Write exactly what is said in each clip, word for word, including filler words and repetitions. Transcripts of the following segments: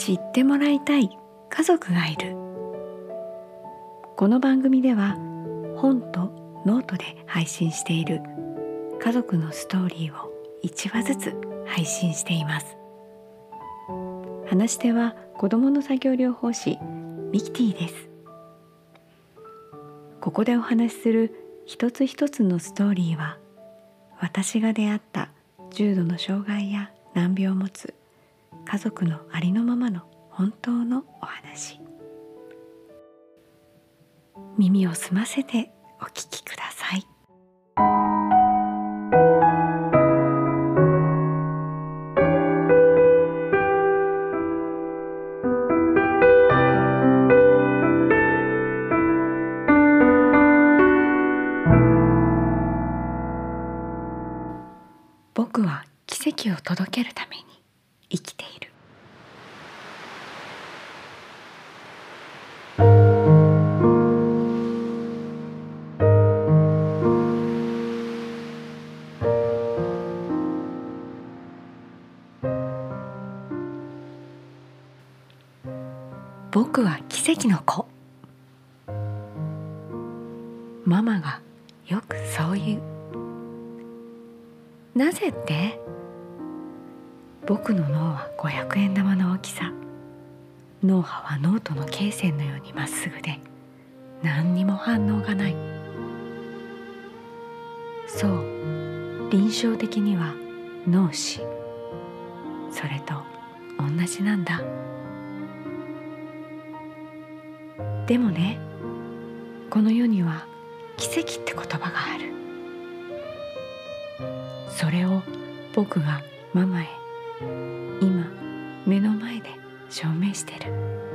知ってもらいたい家族がいる。この番組では本とノートで配信している家族のストーリーをいちわずつ配信しています。話し手は子どもの作業療法士ミキティです。ここでお話しする一つ一つのストーリーは、私が出会った重度の障害や難病を持つ家族のありのままの本当のお話。耳を澄ませてお聞きください。僕は奇跡を届けるために生きている。僕は奇跡の子。ママがよくそう言う。なぜって？僕の脳はごひゃくえん玉の大きさ。脳波はノートの罫線のようにまっすぐで、何にも反応がない。そう、臨床的には脳死。それと同じなんだ。でもね、この世には奇跡って言葉がある。それを僕がママへ今目の前で証明してる。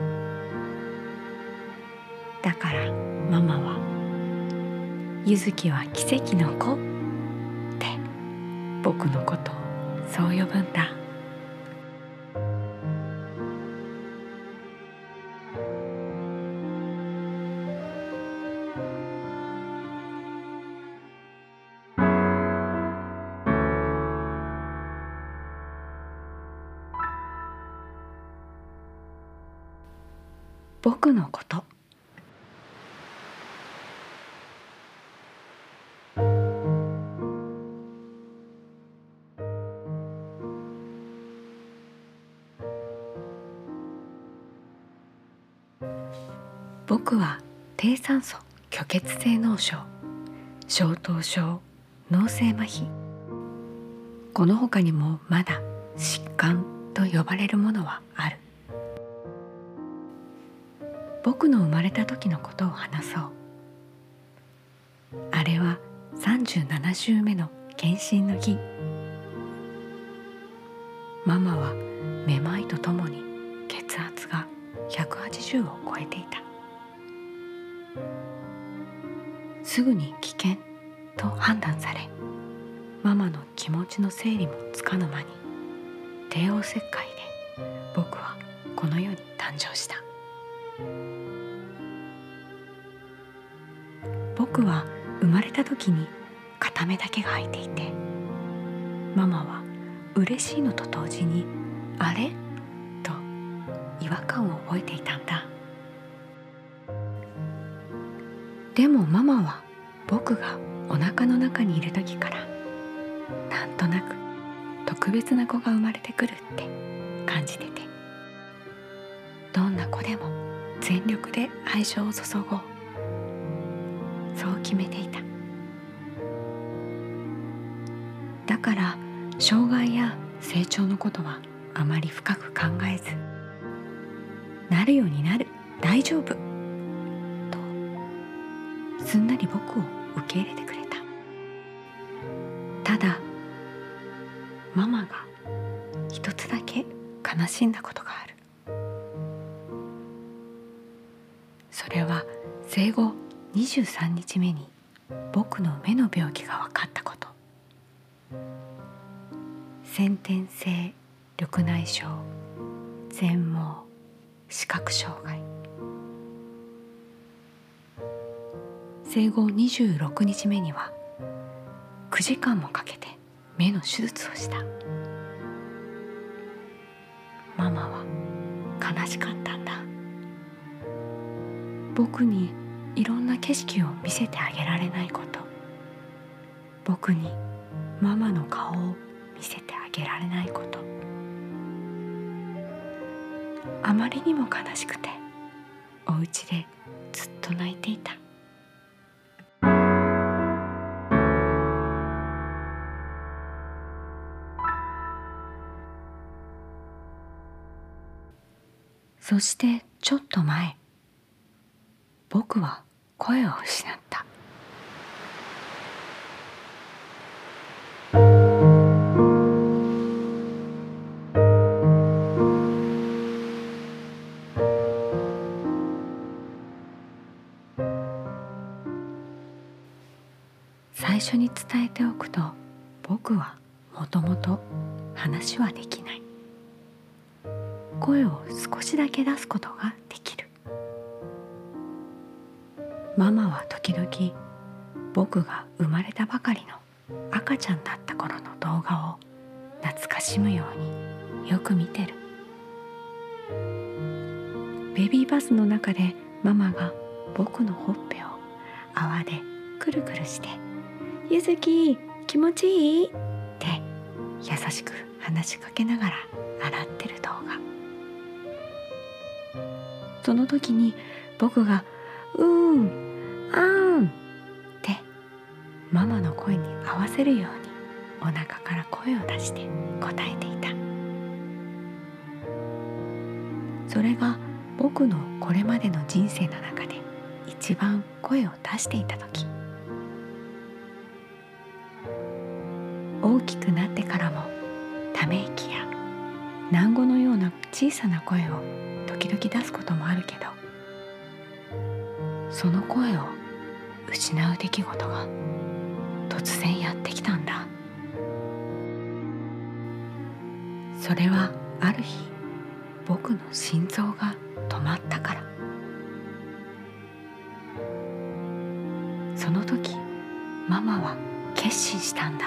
だからママはゆずきは奇跡の子って僕のことをそう呼ぶんだ。僕のこと。僕は低酸素虚血性脳症、小頭症、脳性麻痺、この他にもまだ疾患と呼ばれるものはある。僕の生まれた時のことを話そう。あれはさんじゅうなな週目の検診の日。ママはめまいとともに血圧がひゃくはちじゅうを超えていた。すぐに危険と判断され、ママの気持ちの整理もつかぬ間に帝王切開で僕はこの世に誕生した。僕は生まれた時に片目だけが開いていて、ママは嬉しいのと同時にあれと違和感を覚えていたんだ。でもママは僕がお腹の中にいる時からなんとなく特別な子が生まれてくるって感じてて、どんな子でも全力で愛情を注ごう、そう決めていた。だから障害や成長のことはあまり深く考えず、なるようになる、大丈夫とすんなり僕を受け入れてくれた。ただママが一つだけ悲しんだことがある。それは生後にじゅうさんにちめに僕の目の病気が分かったこと。先天性緑内障、全盲、視覚障害。生後にじゅうろくにちめにはくじかんもかけて目の手術をした。ママは悲しかったんだ。僕にいろんな景色を見せてあげられないこと、僕にママの顔を見せてあげられないこと、あまりにも悲しくてお家でずっと泣いていた。そしてちょっと前、僕は声を失った。最初に伝えておくと、僕はもともと話はできない。声を少しだけ出すことができる。ママは時々僕が生まれたばかりの赤ちゃんだった頃の動画を懐かしむようによく見てる。ベビーバスの中でママが僕のほっぺを泡でくるくるして「ゆずき気持ちいい？」って優しく話しかけながら洗ってる動画。その時に僕が「うーん、あーん」ってママの声に合わせるようにお腹から声を出して答えていた。それが僕のこれまでの人生の中で一番声を出していた時。大きくなってからもため息や喃語のような小さな声を時々出すこともあるけど、その声を失う出来事が突然やってきたんだ。それはある日、僕の心臓が止まったから。その時ママは決心したんだ。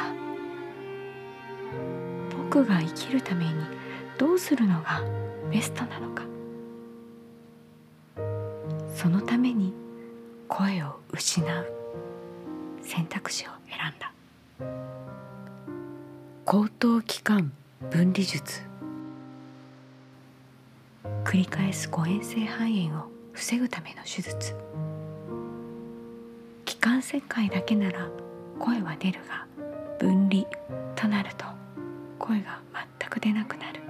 僕が生きるためにどうするのがベストなのか。そのために声を失う選択肢を選んだ。口頭気管分離術。繰り返す誤嚥性肺炎を防ぐための手術。気管切開だけなら声は出るが、分離となると声が全く出なくなる。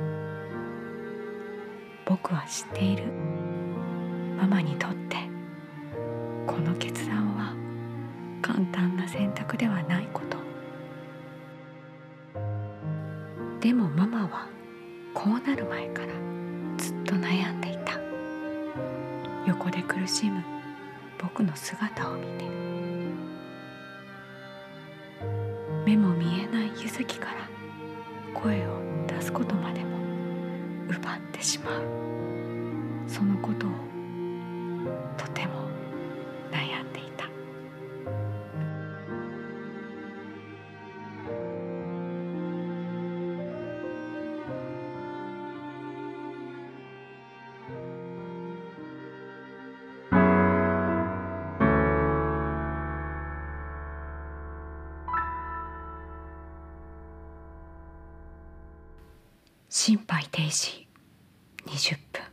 僕は知っている。ママにとってこの決断は簡単な選択ではないこと。でもママはこうなる前からずっと悩んでいた。横で苦しむ僕の姿を見て、目も見えないゆずきから声を出すことまでも奪ってしまう。そのことをとても悩んでいた。心肺停止にじゅっぷん。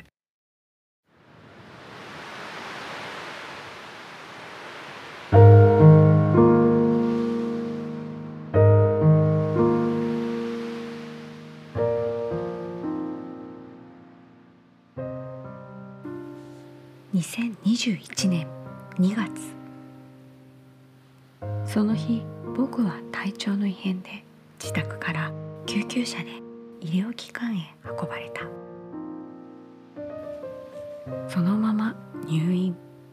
にせんにじゅういちねんにがつ、その日僕は体調の異変で自宅から救急車で医療機関へ運ばれた。そのまま入院。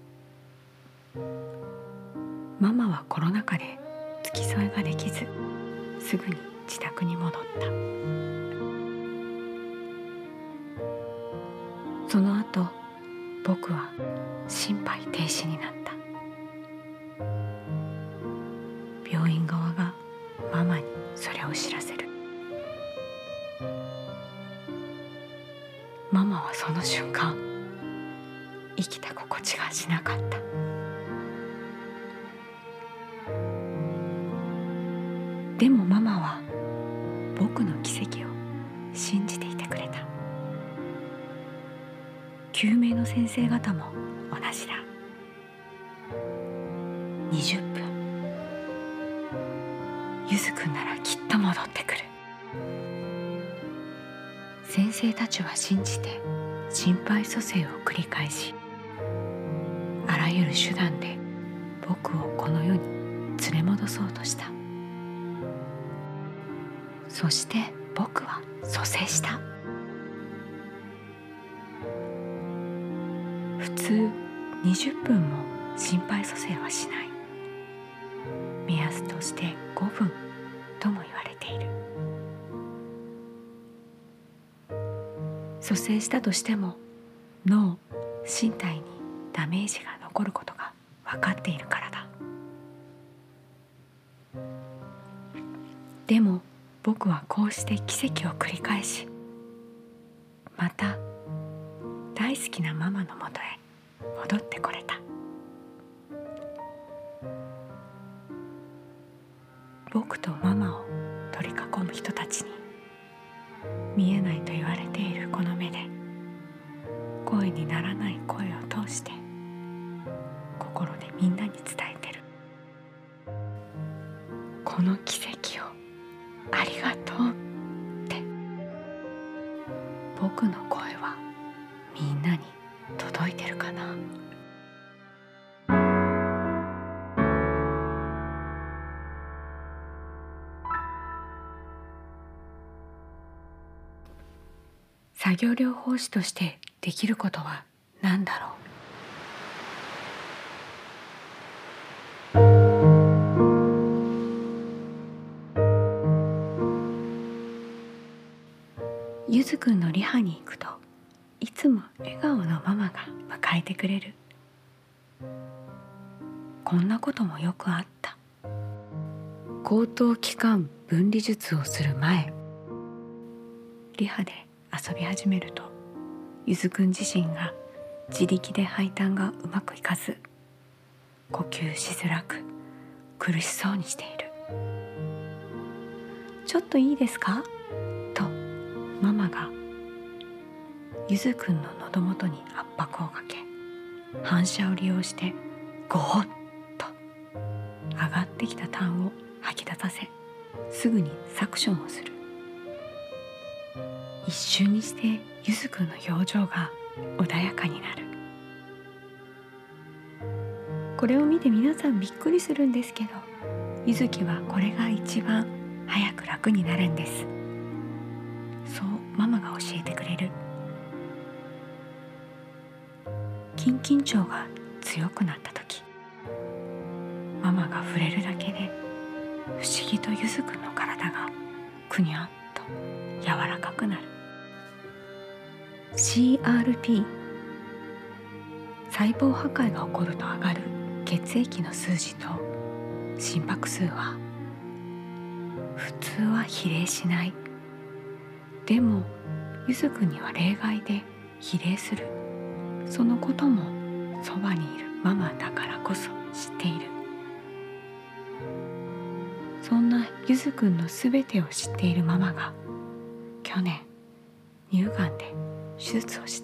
ママはコロナ禍で付き添いができず、すぐに自宅に戻った。その後僕は心肺停止になった。病院側がママにそれを知らせる。 ママはその瞬間生きた心地がしなかった。でもママは僕の奇跡を信じていてくれた。救命の先生方も同じだ。にじゅっぷん、ゆずくんならきっと戻ってくる。先生たちは信じて心肺蘇生を繰り返し、あらゆる手段で僕をこの世に連れ戻そうとした。そして僕は蘇生した。普通にじゅっぷんも心肺蘇生はしない。目安としてごふんとも言われている。蘇生したとしても脳、身体にダメージが残ることが分かっているからだ。でも僕はこうして奇跡を繰り返し、また大好きなママのもとへ戻ってこれた。僕とママを取り囲む人たちに、見えないと言われているこの目で、声にならない声を通して心でみんなに伝えてる。この奇跡をありがとうって。僕の声はみんなに届いてるかな。作業療法士としてできることは何だろう。ゆずくんのリハに行くと、いつも笑顔のママが迎えてくれる。こんなこともよくあった。口頭気管分離術をする前、リハで遊び始めると、ゆずくん自身が自力で排胆がうまくいかず、呼吸しづらく苦しそうにしている。ちょっといいですかとママがゆずくんの喉元に圧迫をかけ、反射を利用してゴホッと上がってきた痰を吐き出させ、すぐにサクションをする。一瞬にしてゆずくんの表情が穏やかになる。これを見て皆さんびっくりするんですけど、ゆずきはこれが一番早く楽になるんです。そうママが教えてくれる。筋緊張が強くなった時、ママが触れるだけで不思議とゆずくんの体がくにゃっと柔らかくなる。 シーアールピー、 細胞破壊が起こると上がる血液の数字と心拍数は普通は比例しない。でもゆずくんには例外で比例する。そのこともそばにいるママだからこそ知っている。そんなゆずくんのすべてを知っているママが去年乳がんで手術をした。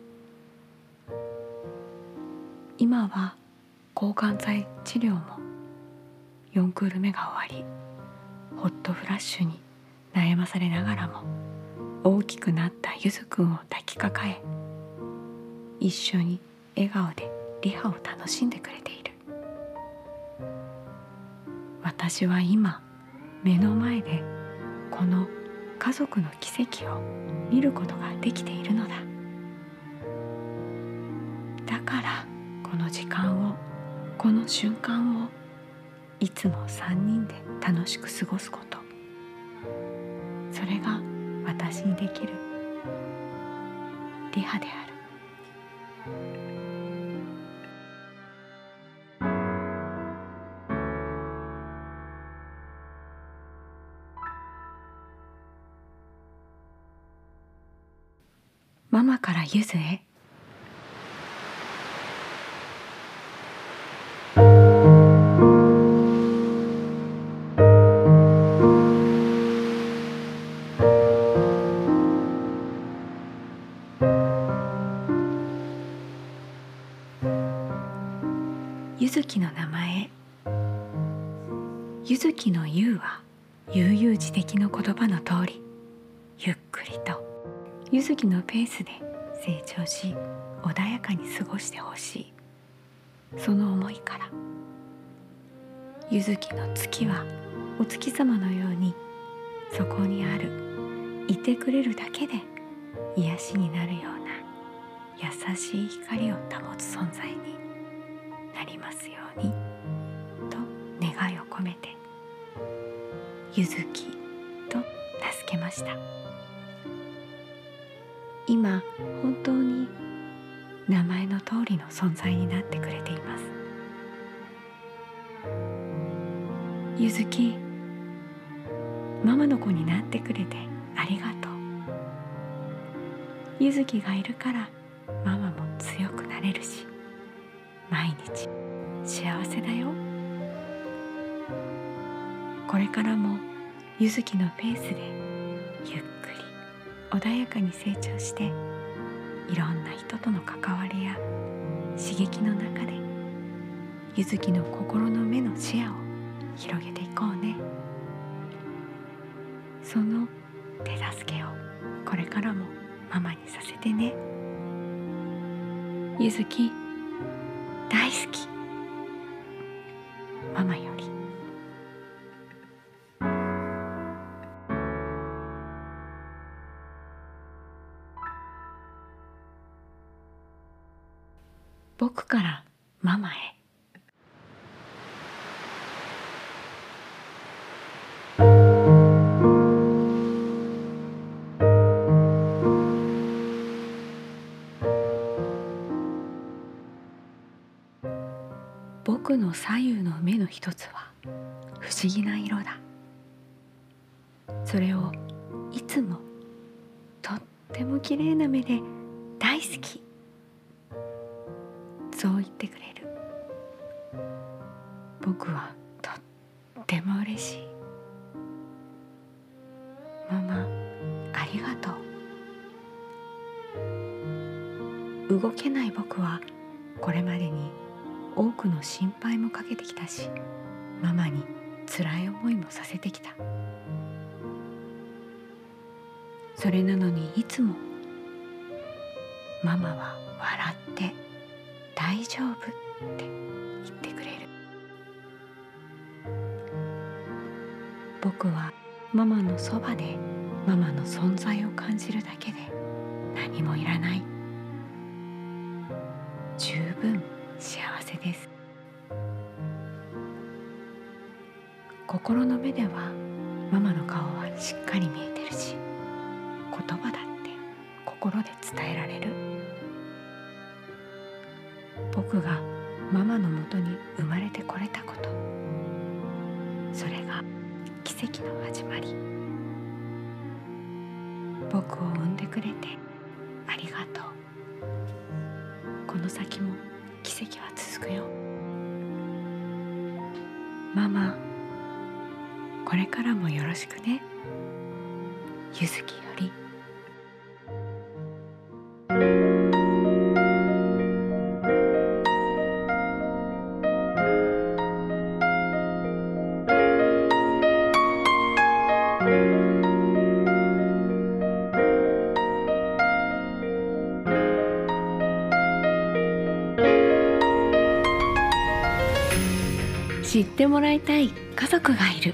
今は抗がん剤治療もよんクール目が終わり、ホットフラッシュに悩まされながらも大きくなったゆずくんを抱きかかえ、一緒に笑顔でリハを楽しんでくれている。私は今目の前でこの家族の奇跡を見ることができているのだ。だからこの時間を、この瞬間をいつもさんにんで楽しく過ごすこと、それが私にできるリハである。 ママからゆずへ。ゆずきの名前。ゆずきのゆうは悠々自適の言葉の通り、ゆっくりとゆずきのペースで成長し穏やかに過ごしてほしい、その思いから、ゆずきの月はお月様のようにそこにある、いてくれるだけで癒しになるような優しい光を保つ存在になりますようにと願いを込めて、ゆずきと名付けました。今本当に名前の通りの存在になってくれています。ゆずき、ママの子になってくれてありがとう。ゆずきがいるからママも強くなれるし、毎日幸せだよ。これからもゆずきのペースでゆっくり穏やかに成長して、いろんな人との関わりや刺激の中でゆずきの心の目の視野を広げていこうね。その手助けをこれからもママにさせてね。ゆずき大好き。ママより。僕からママへ。僕の左右の目の一つは不思議な色だ。それをいつもとっても綺麗な目で大好き、そう言ってくれる。僕はとっても嬉しい。ママ、ありがとう。動けない僕はこれまでに多くの心配もかけてきたし、ママに辛い思いもさせてきた。それなのにいつもママは笑って大丈夫って言ってくれる。僕はママのそばでママの存在を感じるだけで何もいらない。十分幸せです。心の目ではママの顔はしっかり見えてるし、言葉だって心で伝えられる。僕がママのもとに生まれてこれたこと、それが奇跡の始まり。僕を産んでくれてありがとう。この先も奇跡は続くよ。ママ、これからもよろしくね。ゆずきより。知ってもらいたい家族がいる。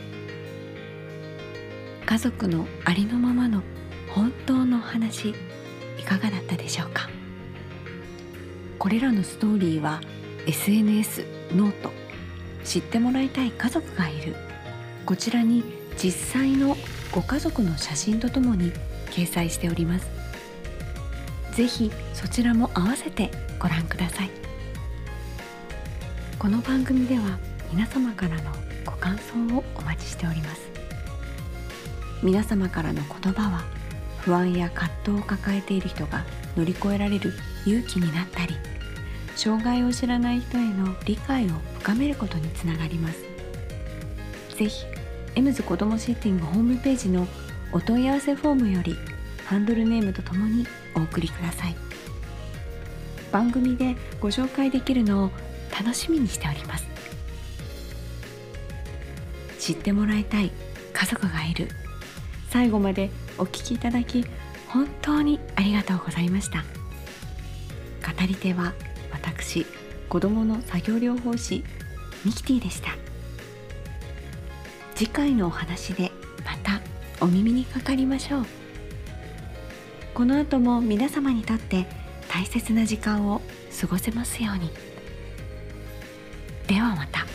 家族のありのままの本当の話、いかがだったでしょうか。これらのストーリーは エスエヌエス、ノート、知ってもらいたい家族がいる、こちらに実際のご家族の写真とともに掲載しております。ぜひそちらも合わせてご覧ください。この番組では皆様からのご感想をお待ちしております。皆様からの言葉は不安や葛藤を抱えている人が乗り越えられる勇気になったり、障害を知らない人への理解を深めることにつながります。ぜひエムズ子どもシッティングホームページのお問い合わせフォームよりハンドルネームとともにお送りください。番組でご紹介できるのを楽しみにしております。知ってもらいたい家族がいる。最後までお聞きいただき本当にありがとうございました。語り手は私、子どもの作業療法士ミキティでした。次回のお話でまたお耳にかかりましょう。この後も皆様にとって大切な時間を過ごせますように。ではまた。